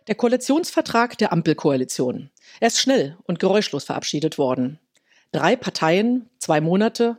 Der Koalitionsvertrag der Ampelkoalition. Er ist schnell und geräuschlos verabschiedet worden. 3 Parteien, 2 Monate,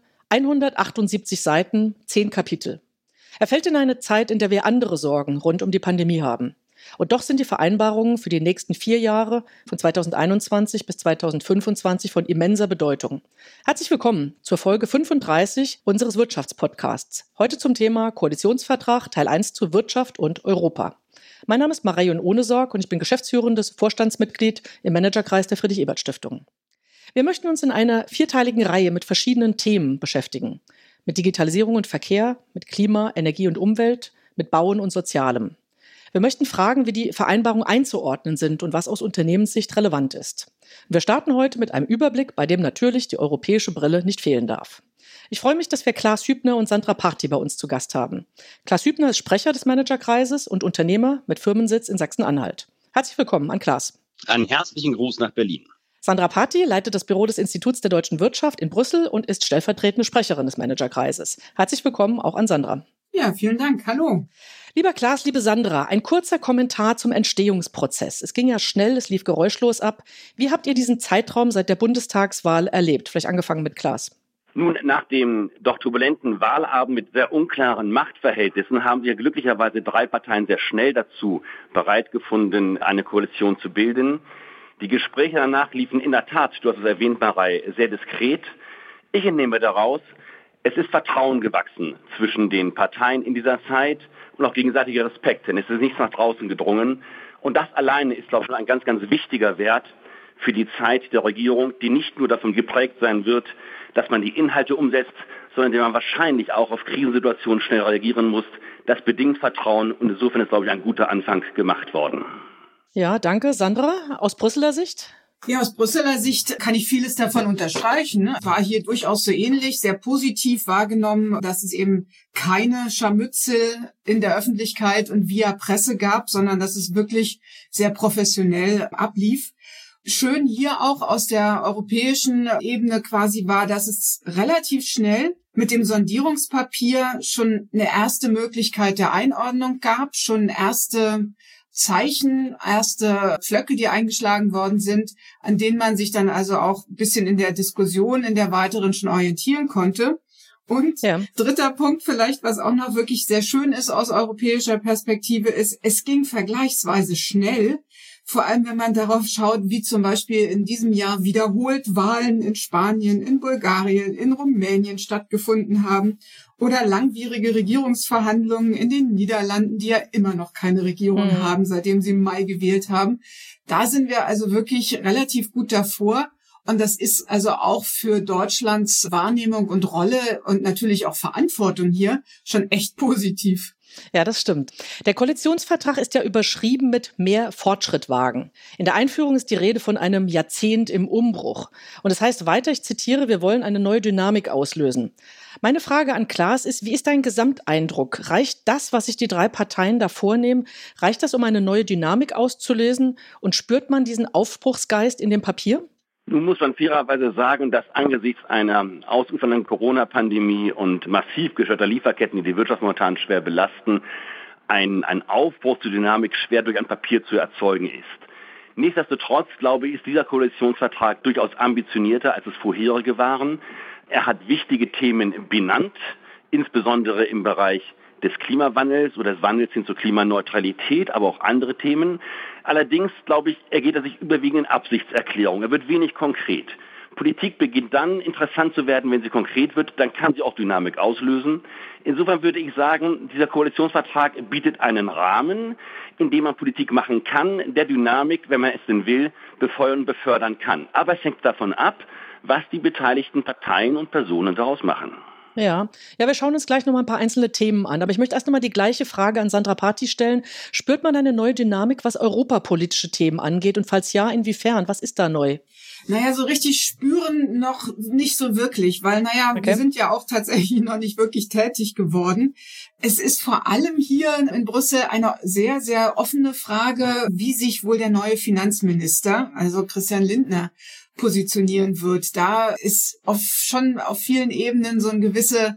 178 Seiten, 10 Kapitel. Er fällt in eine Zeit, in der wir andere Sorgen rund um die Pandemie haben. Und doch sind die Vereinbarungen für die nächsten 4 Jahre, von 2021 bis 2025, von immenser Bedeutung. Herzlich willkommen zur Folge 35 unseres Wirtschaftspodcasts. Heute zum Thema Koalitionsvertrag, Teil 1 zu Wirtschaft und Europa. Mein Name ist Marion Ohnesorg und ich bin geschäftsführendes Vorstandsmitglied im Managerkreis der Friedrich-Ebert-Stiftung. Wir möchten uns in einer 4-teiligen Reihe mit verschiedenen Themen beschäftigen. Mit Digitalisierung und Verkehr, mit Klima, Energie und Umwelt, mit Bauen und Sozialem. Wir möchten fragen, wie die Vereinbarungen einzuordnen sind und was aus Unternehmenssicht relevant ist. Wir starten heute mit einem Überblick, bei dem natürlich die europäische Brille nicht fehlen darf. Ich freue mich, dass wir Klaas Hübner und Sandra Party bei uns zu Gast haben. Klaas Hübner ist Sprecher des Managerkreises und Unternehmer mit Firmensitz in Sachsen-Anhalt. Herzlich willkommen an Klaas. Einen herzlichen Gruß nach Berlin. Sandra Party leitet das Büro des Instituts der deutschen Wirtschaft in Brüssel und ist stellvertretende Sprecherin des Managerkreises. Herzlich willkommen auch an Sandra. Ja, vielen Dank. Hallo. Lieber Klaas, liebe Sandra, ein kurzer Kommentar zum Entstehungsprozess. Es ging ja schnell, es lief geräuschlos ab. Wie habt ihr diesen Zeitraum seit der Bundestagswahl erlebt? Vielleicht angefangen mit Klaas. Nun, nach dem doch turbulenten Wahlabend mit sehr unklaren Machtverhältnissen haben wir glücklicherweise 3 Parteien sehr schnell dazu bereit gefunden, eine Koalition zu bilden. Die Gespräche danach liefen in der Tat, du hast es erwähnt, Marei, sehr diskret. Ich entnehme daraus, es ist Vertrauen gewachsen zwischen den Parteien in dieser Zeit und auch gegenseitiger Respekt, denn es ist nichts nach draußen gedrungen. Und das alleine ist, glaube ich, ein ganz, ganz wichtiger Wert für die Zeit der Regierung, die nicht nur davon geprägt sein wird, dass man die Inhalte umsetzt, sondern indem man wahrscheinlich auch auf Krisensituationen schnell reagieren muss. Das bedingt Vertrauen und insofern ist, glaube ich, ein guter Anfang gemacht worden. Ja, danke. Sandra, aus Brüsseler Sicht? Ja, aus Brüsseler Sicht kann ich vieles davon unterstreichen. War hier durchaus so ähnlich, sehr positiv wahrgenommen, dass es eben keine Scharmützel in der Öffentlichkeit und via Presse gab, sondern dass es wirklich sehr professionell ablief. Schön hier auch aus der europäischen Ebene quasi war, dass es relativ schnell mit dem Sondierungspapier schon eine erste Möglichkeit der Einordnung gab, schon erste Zeichen, erste Pflöcke, die eingeschlagen worden sind, an denen man sich dann also auch ein bisschen in der Diskussion, in der weiteren schon orientieren konnte. Und dritter Punkt vielleicht, was auch noch wirklich sehr schön ist aus europäischer Perspektive, ist, es ging vergleichsweise schnell, vor allem wenn man darauf schaut, wie zum Beispiel in diesem Jahr wiederholt Wahlen in Spanien, in Bulgarien, in Rumänien stattgefunden haben oder langwierige Regierungsverhandlungen in den Niederlanden, die ja immer noch keine Regierung haben, seitdem sie im Mai gewählt haben. Da sind wir also wirklich relativ gut davor. Und das ist also auch für Deutschlands Wahrnehmung und Rolle und natürlich auch Verantwortung hier schon echt positiv. Ja, das stimmt. Der Koalitionsvertrag ist ja überschrieben mit mehr Fortschritt wagen. In der Einführung ist die Rede von einem Jahrzehnt im Umbruch. Und das heißt weiter, ich zitiere, wir wollen eine neue Dynamik auslösen. Meine Frage an Klaas ist, wie ist dein Gesamteindruck? Reicht das, was sich die 3 Parteien da vornehmen, reicht das, um eine neue Dynamik auszulösen? Und spürt man diesen Aufbruchsgeist in dem Papier? Nun muss man fairerweise sagen, dass angesichts einer ausufernden Corona-Pandemie und massiv gestörter Lieferketten, die die Wirtschaft momentan schwer belasten, ein Aufbruch zur Dynamik schwer durch ein Papier zu erzeugen ist. Nichtsdestotrotz, glaube ich, ist dieser Koalitionsvertrag durchaus ambitionierter, als es vorherige waren. Er hat wichtige Themen benannt, insbesondere im Bereich des Klimawandels oder des Wandels hin zur Klimaneutralität, aber auch andere Themen. Allerdings, glaube ich, ergeht er sich überwiegend in Absichtserklärungen. Er wird wenig konkret. Politik beginnt dann interessant zu werden, wenn sie konkret wird, dann kann sie auch Dynamik auslösen. Insofern würde ich sagen, dieser Koalitionsvertrag bietet einen Rahmen, in dem man Politik machen kann, der Dynamik, wenn man es denn will, befeuern und befördern kann. Aber es hängt davon ab, was die beteiligten Parteien und Personen daraus machen. Ja, wir schauen uns gleich noch mal ein paar einzelne Themen an. Aber ich möchte erst noch mal die gleiche Frage an Sandra Party stellen. Spürt man eine neue Dynamik, was europapolitische Themen angeht? Und falls ja, inwiefern? Was ist da neu? Naja, so richtig spüren noch nicht so wirklich, weil, wir sind ja auch tatsächlich noch nicht wirklich tätig geworden. Es ist vor allem hier in Brüssel eine sehr, sehr offene Frage, wie sich wohl der neue Finanzminister, also Christian Lindner, positionieren wird. Da ist schon auf vielen Ebenen so eine gewisse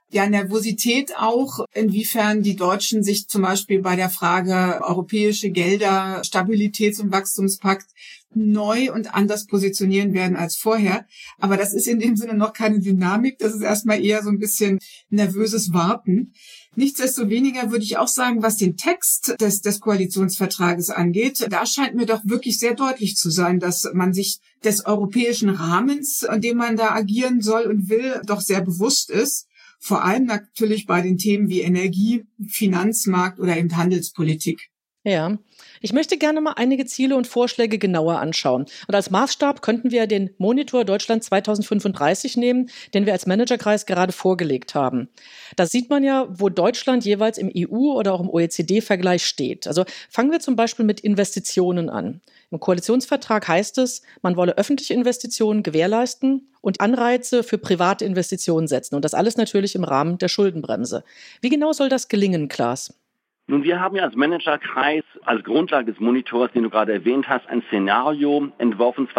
Ja, Nervosität auch, inwiefern die Deutschen sich zum Beispiel bei der Frage europäische Gelder, Stabilitäts- und Wachstumspakt neu und anders positionieren werden als vorher. Aber das ist in dem Sinne noch keine Dynamik. Das ist erstmal eher so ein bisschen nervöses Warten. Nichtsdestoweniger würde ich auch sagen, was den Text des Koalitionsvertrages angeht, da scheint mir doch wirklich sehr deutlich zu sein, dass man sich des europäischen Rahmens, in dem man da agieren soll und will, doch sehr bewusst ist. Vor allem natürlich bei den Themen wie Energie, Finanzmarkt oder eben Handelspolitik. Ja, ich möchte gerne mal einige Ziele und Vorschläge genauer anschauen. Und als Maßstab könnten wir den Monitor Deutschland 2035 nehmen, den wir als Managerkreis gerade vorgelegt haben. Da sieht man ja, wo Deutschland jeweils im EU- oder auch im OECD-Vergleich steht. Also fangen wir zum Beispiel mit Investitionen an. Im Koalitionsvertrag heißt es, man wolle öffentliche Investitionen gewährleisten und Anreize für private Investitionen setzen. Und das alles natürlich im Rahmen der Schuldenbremse. Wie genau soll das gelingen, Klaas? Nun, wir haben ja als Managerkreis, als Grundlage des Monitors, den du gerade erwähnt hast, ein Szenario entworfen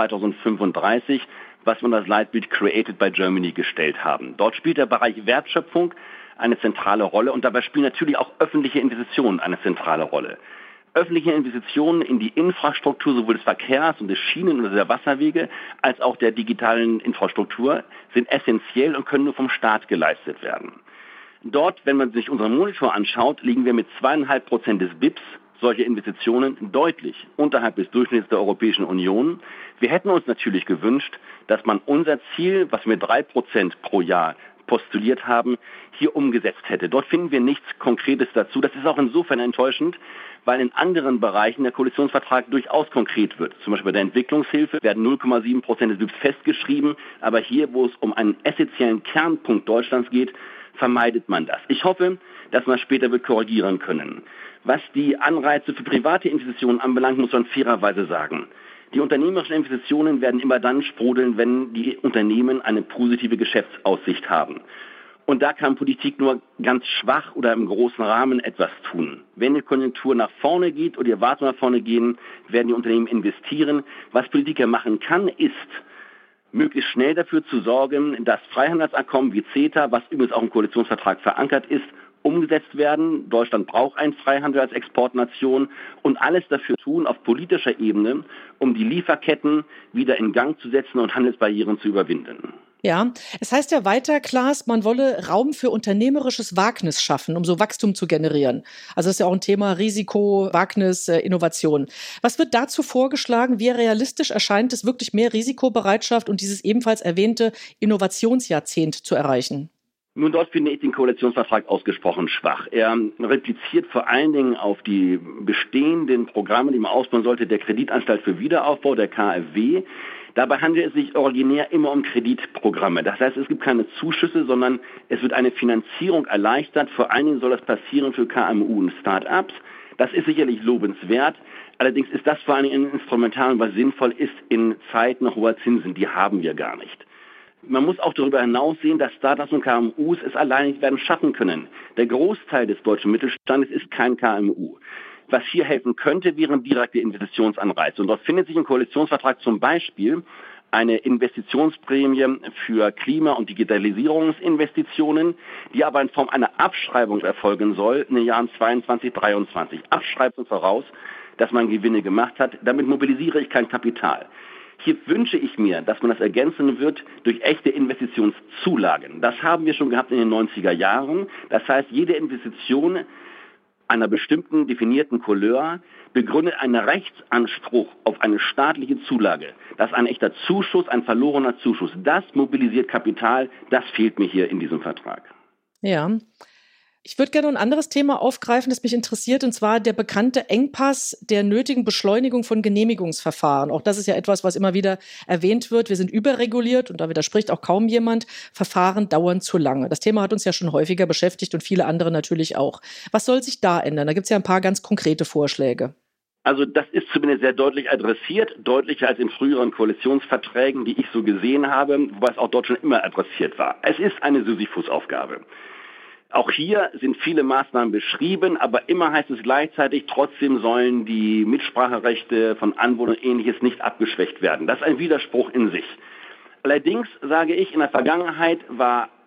2035, was wir unter das Leitbild Created by Germany gestellt haben. Dort spielt der Bereich Wertschöpfung eine zentrale Rolle und dabei spielen natürlich auch öffentliche Investitionen eine zentrale Rolle. Öffentliche Investitionen in die Infrastruktur sowohl des Verkehrs und des Schienen- oder der Wasserwege als auch der digitalen Infrastruktur sind essentiell und können nur vom Staat geleistet werden. Dort, wenn man sich unseren Monitor anschaut, liegen wir mit 2,5% des BIPs solche Investitionen deutlich unterhalb des Durchschnitts der Europäischen Union. Wir hätten uns natürlich gewünscht, dass man unser Ziel, was wir 3% pro Jahr postuliert haben, hier umgesetzt hätte. Dort finden wir nichts Konkretes dazu. Das ist auch insofern enttäuschend, weil in anderen Bereichen der Koalitionsvertrag durchaus konkret wird. Zum Beispiel bei der Entwicklungshilfe werden 0,7% des BIPs festgeschrieben, aber hier, wo es um einen essentiellen Kernpunkt Deutschlands geht, vermeidet man das. Ich hoffe, dass man später wird korrigieren können. Was die Anreize für private Investitionen anbelangt, muss man fairerweise sagen. Die unternehmerischen Investitionen werden immer dann sprudeln, wenn die Unternehmen eine positive Geschäftsaussicht haben. Und da kann Politik nur ganz schwach oder im großen Rahmen etwas tun. Wenn die Konjunktur nach vorne geht oder die Erwartungen nach vorne gehen, werden die Unternehmen investieren. Was Politiker machen kann, ist, möglichst schnell dafür zu sorgen, dass Freihandelsabkommen wie CETA, was übrigens auch im Koalitionsvertrag verankert ist, umgesetzt werden. Deutschland braucht einen Freihandel als Exportnation und alles dafür tun auf politischer Ebene, um die Lieferketten wieder in Gang zu setzen und Handelsbarrieren zu überwinden. Ja, es heißt ja weiter, Klaas, man wolle Raum für unternehmerisches Wagnis schaffen, um so Wachstum zu generieren. Also das ist ja auch ein Thema Risiko, Wagnis, Innovation. Was wird dazu vorgeschlagen? Wie realistisch erscheint es, wirklich mehr Risikobereitschaft und dieses ebenfalls erwähnte Innovationsjahrzehnt zu erreichen? Nun, dort finde ich den Koalitionsvertrag ausgesprochen schwach. Er repliziert vor allen Dingen auf die bestehenden Programme, die man ausbauen sollte, der Kreditanstalt für Wiederaufbau, der KfW. Dabei handelt es sich originär immer um Kreditprogramme. Das heißt, es gibt keine Zuschüsse, sondern es wird eine Finanzierung erleichtert. Vor allen Dingen soll das passieren für KMU und Start-ups. Das ist sicherlich lobenswert. Allerdings ist das vor allen Dingen ein Instrumentarium, was sinnvoll ist in Zeiten hoher Zinsen. Die haben wir gar nicht. Man muss auch darüber hinaus sehen, dass Startups und KMUs es allein nicht werden schaffen können. Der Großteil des deutschen Mittelstandes ist kein KMU. Was hier helfen könnte, wären direkte Investitionsanreize. Und dort findet sich im Koalitionsvertrag zum Beispiel eine Investitionsprämie für Klima- und Digitalisierungsinvestitionen, die aber in Form einer Abschreibung erfolgen soll in den Jahren 22, 23. Abschreibung voraus, dass man Gewinne gemacht hat. Damit mobilisiere ich kein Kapital. Hier wünsche ich mir, dass man das ergänzen wird durch echte Investitionszulagen. Das haben wir schon gehabt in den 90er Jahren. Das heißt, jede Investition einer bestimmten definierten Couleur begründet einen Rechtsanspruch auf eine staatliche Zulage. Das ist ein echter Zuschuss, ein verlorener Zuschuss. Das mobilisiert Kapital, das fehlt mir hier in diesem Vertrag. Ja. Ich würde gerne ein anderes Thema aufgreifen, das mich interessiert, und zwar der bekannte Engpass der nötigen Beschleunigung von Genehmigungsverfahren. Auch das ist ja etwas, was immer wieder erwähnt wird. Wir sind überreguliert und da widerspricht auch kaum jemand. Verfahren dauern zu lange. Das Thema hat uns ja schon häufiger beschäftigt und viele andere natürlich auch. Was soll sich da ändern? Da gibt es ja ein paar ganz konkrete Vorschläge. Also das ist zumindest sehr deutlich adressiert, deutlicher als in früheren Koalitionsverträgen, die ich so gesehen habe, wobei es auch dort schon immer adressiert war. Es ist eine Sisyphus-Aufgabe. Auch hier sind viele Maßnahmen beschrieben, aber immer heißt es gleichzeitig, trotzdem sollen die Mitspracherechte von Anwohnern und Ähnliches nicht abgeschwächt werden. Das ist ein Widerspruch in sich. Allerdings sage ich, in der Vergangenheit war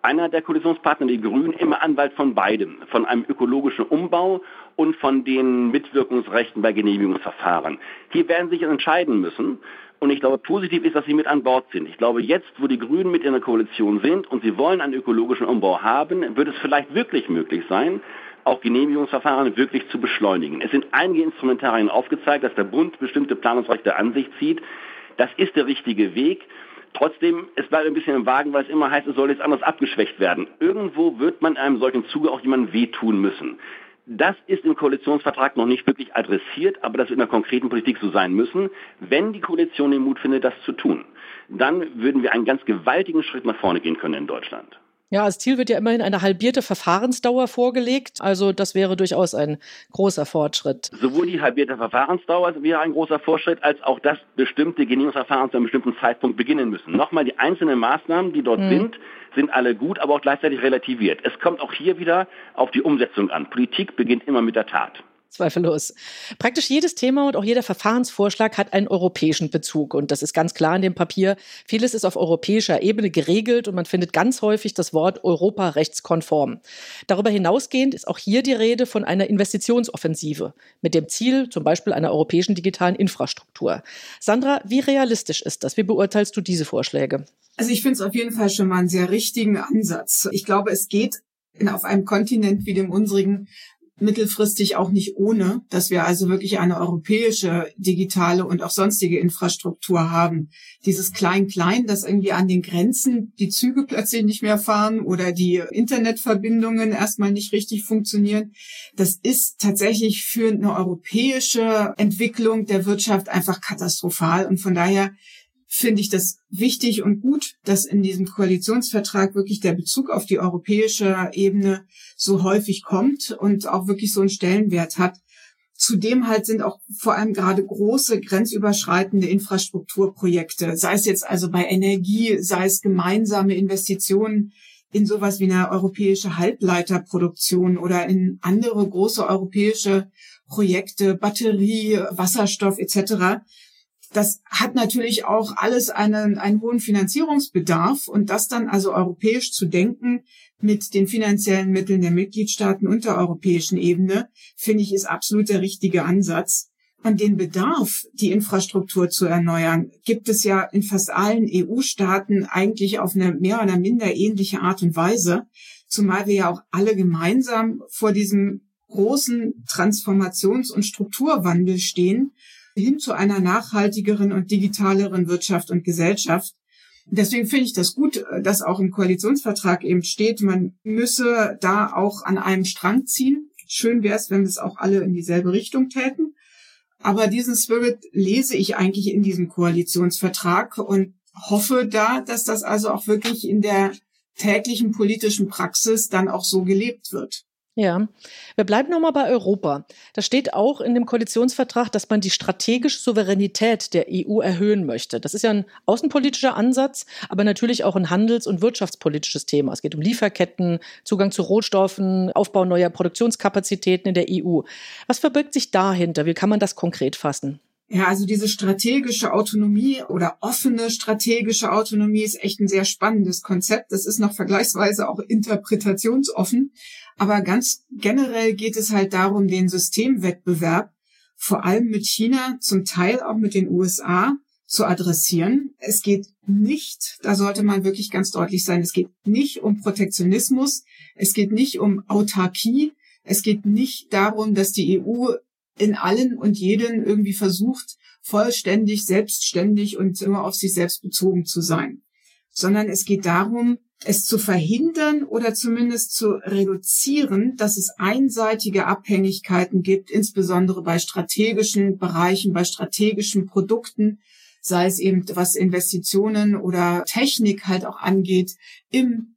einer der Koalitionspartner, die Grünen, immer Anwalt von beidem, von einem ökologischen Umbau und von den Mitwirkungsrechten bei Genehmigungsverfahren. Hier werden sie sich entscheiden müssen. Und ich glaube, positiv ist, dass sie mit an Bord sind. Ich glaube, jetzt, wo die Grünen mit in der Koalition sind und sie wollen einen ökologischen Umbau haben, wird es vielleicht wirklich möglich sein, auch Genehmigungsverfahren wirklich zu beschleunigen. Es sind einige Instrumentarien aufgezeigt, dass der Bund bestimmte Planungsrechte an sich zieht. Das ist der richtige Weg. Trotzdem, es bleibt ein bisschen im Wagen, weil es immer heißt, es soll jetzt anders abgeschwächt werden. Irgendwo wird man in einem solchen Zuge auch jemandem wehtun müssen. Das ist im Koalitionsvertrag noch nicht wirklich adressiert, aber das wird in der konkreten Politik so sein müssen. Wenn die Koalition den Mut findet, das zu tun, dann würden wir einen ganz gewaltigen Schritt nach vorne gehen können in Deutschland. Ja, als Ziel wird ja immerhin eine halbierte Verfahrensdauer vorgelegt. Also das wäre durchaus ein großer Fortschritt. Sowohl die halbierte Verfahrensdauer wäre ein großer Fortschritt, als auch, dass bestimmte Genehmigungsverfahren zu einem bestimmten Zeitpunkt beginnen müssen. Nochmal, die einzelnen Maßnahmen, die dort sind alle gut, aber auch gleichzeitig relativiert. Es kommt auch hier wieder auf die Umsetzung an. Politik beginnt immer mit der Tat. Zweifellos. Praktisch jedes Thema und auch jeder Verfahrensvorschlag hat einen europäischen Bezug. Und das ist ganz klar in dem Papier. Vieles ist auf europäischer Ebene geregelt und man findet ganz häufig das Wort europarechtskonform. Darüber hinausgehend ist auch hier die Rede von einer Investitionsoffensive mit dem Ziel zum Beispiel einer europäischen digitalen Infrastruktur. Sandra, wie realistisch ist das? Wie beurteilst du diese Vorschläge? Also ich finde es auf jeden Fall schon mal einen sehr richtigen Ansatz. Ich glaube, es geht auf einem Kontinent wie dem unsrigen mittelfristig auch nicht ohne, dass wir also wirklich eine europäische digitale und auch sonstige Infrastruktur haben. Dieses Klein-Klein, das irgendwie an den Grenzen die Züge plötzlich nicht mehr fahren oder die Internetverbindungen erstmal nicht richtig funktionieren, das ist tatsächlich für eine europäische Entwicklung der Wirtschaft einfach katastrophal. Und von daher finde ich das wichtig und gut, dass in diesem Koalitionsvertrag wirklich der Bezug auf die europäische Ebene so häufig kommt und auch wirklich so einen Stellenwert hat. Zudem halt sind auch vor allem gerade große grenzüberschreitende Infrastrukturprojekte, sei es jetzt also bei Energie, sei es gemeinsame Investitionen in sowas wie eine europäische Halbleiterproduktion oder in andere große europäische Projekte, Batterie, Wasserstoff etc. Das hat natürlich auch alles einen hohen Finanzierungsbedarf und das dann also europäisch zu denken mit den finanziellen Mitteln der Mitgliedstaaten und der europäischen Ebene, finde ich, ist absolut der richtige Ansatz. Und den Bedarf, die Infrastruktur zu erneuern, gibt es ja in fast allen EU-Staaten eigentlich auf eine mehr oder minder ähnliche Art und Weise, zumal wir ja auch alle gemeinsam vor diesem großen Transformations- und Strukturwandel stehen, hin zu einer nachhaltigeren und digitaleren Wirtschaft und Gesellschaft. Deswegen finde ich das gut, dass auch im Koalitionsvertrag eben steht, man müsse da auch an einem Strang ziehen. Schön wäre es, wenn wir es auch alle in dieselbe Richtung täten. Aber diesen Spirit lese ich eigentlich in diesem Koalitionsvertrag und hoffe da, dass das also auch wirklich in der täglichen politischen Praxis dann auch so gelebt wird. Ja, wir bleiben nochmal bei Europa. Da steht auch in dem Koalitionsvertrag, dass man die strategische Souveränität der EU erhöhen möchte. Das ist ja ein außenpolitischer Ansatz, aber natürlich auch ein handels- und wirtschaftspolitisches Thema. Es geht um Lieferketten, Zugang zu Rohstoffen, Aufbau neuer Produktionskapazitäten in der EU. Was verbirgt sich dahinter? Wie kann man das konkret fassen? Ja, also diese strategische Autonomie oder offene strategische Autonomie ist echt ein sehr spannendes Konzept. Das ist noch vergleichsweise auch interpretationsoffen. Aber ganz generell geht es halt darum, den Systemwettbewerb vor allem mit China, zum Teil auch mit den USA zu adressieren. Es geht nicht, da sollte man wirklich ganz deutlich sein, es geht nicht um Protektionismus, es geht nicht um Autarkie, es geht nicht darum, dass die EU in allen und jeden irgendwie versucht, vollständig, selbstständig und nur auf sich selbst bezogen zu sein. Sondern es geht darum, es zu verhindern oder zumindest zu reduzieren, dass es einseitige Abhängigkeiten gibt, insbesondere bei strategischen Bereichen, bei strategischen Produkten, sei es eben was Investitionen oder Technik halt auch angeht, im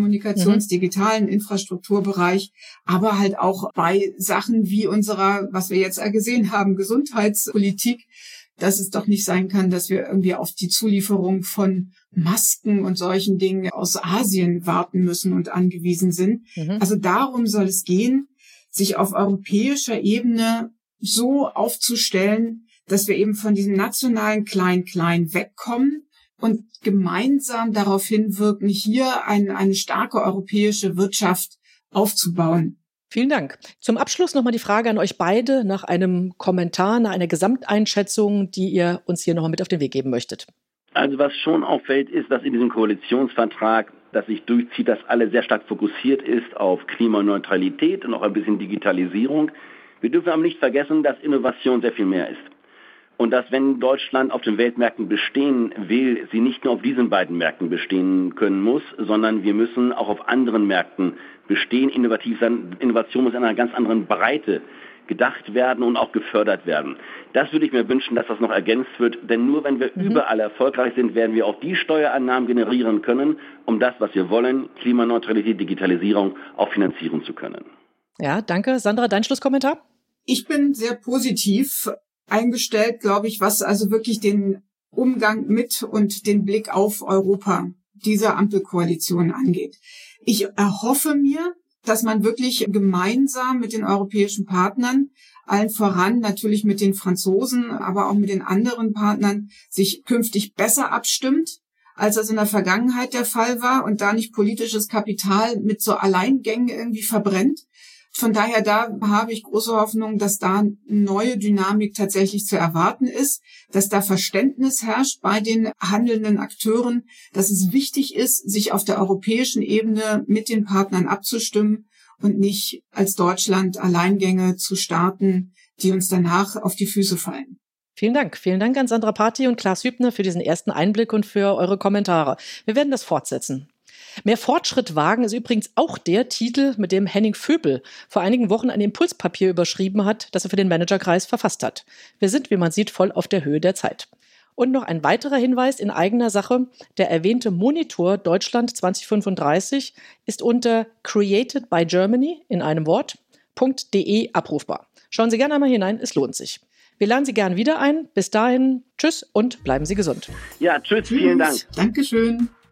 digitalen Infrastrukturbereich, aber halt auch bei Sachen wie unserer, was wir jetzt gesehen haben, Gesundheitspolitik, dass es doch nicht sein kann, dass wir irgendwie auf die Zulieferung von Masken und solchen Dingen aus Asien warten müssen und angewiesen sind. Also darum soll es gehen, sich auf europäischer Ebene so aufzustellen, dass wir eben von diesem nationalen Klein-Klein wegkommen, und gemeinsam darauf hinwirken, hier eine starke europäische Wirtschaft aufzubauen. Vielen Dank. Zum Abschluss nochmal die Frage an euch beide nach einem Kommentar, nach einer Gesamteinschätzung, die ihr uns hier nochmal mit auf den Weg geben möchtet. Also was schon auffällt, ist, dass in diesem Koalitionsvertrag, das sich durchzieht, dass alle sehr stark fokussiert ist auf Klimaneutralität und auch ein bisschen Digitalisierung. Wir dürfen aber nicht vergessen, dass Innovation sehr viel mehr ist. Und dass, wenn Deutschland auf den Weltmärkten bestehen will, sie nicht nur auf diesen beiden Märkten bestehen können muss, sondern wir müssen auch auf anderen Märkten bestehen, innovativ sein. Innovation muss in einer ganz anderen Breite gedacht werden und auch gefördert werden. Das würde ich mir wünschen, dass das noch ergänzt wird, denn nur wenn wir überall erfolgreich sind, werden wir auch die Steuereinnahmen generieren können, um das, was wir wollen, Klimaneutralität, Digitalisierung, auch finanzieren zu können. Ja, danke. Sandra, dein Schlusskommentar? Ich bin sehr positiv eingestellt, glaube ich, was also wirklich den Umgang mit und den Blick auf Europa dieser Ampelkoalition angeht. Ich erhoffe mir, dass man wirklich gemeinsam mit den europäischen Partnern, allen voran natürlich mit den Franzosen, aber auch mit den anderen Partnern, sich künftig besser abstimmt, als das in der Vergangenheit der Fall war und da nicht politisches Kapital mit so Alleingängen irgendwie verbrennt. Von daher, da habe ich große Hoffnung, dass da neue Dynamik tatsächlich zu erwarten ist, dass da Verständnis herrscht bei den handelnden Akteuren, dass es wichtig ist, sich auf der europäischen Ebene mit den Partnern abzustimmen und nicht als Deutschland Alleingänge zu starten, die uns danach auf die Füße fallen. Vielen Dank. Vielen Dank an Sandra Paty und Klaas Hübner für diesen ersten Einblick und für eure Kommentare. Wir werden das fortsetzen. Mehr Fortschritt wagen ist übrigens auch der Titel, mit dem Henning Vöbel vor einigen Wochen ein Impulspapier überschrieben hat, das er für den Managerkreis verfasst hat. Wir sind, wie man sieht, voll auf der Höhe der Zeit. Und noch ein weiterer Hinweis in eigener Sache. Der erwähnte Monitor Deutschland 2035 ist unter Created by Germany in einem Wort.de abrufbar. Schauen Sie gerne einmal hinein, es lohnt sich. Wir laden Sie gern wieder ein. Bis dahin, tschüss und bleiben Sie gesund. Ja, tschüss, vielen Dank. Dankeschön.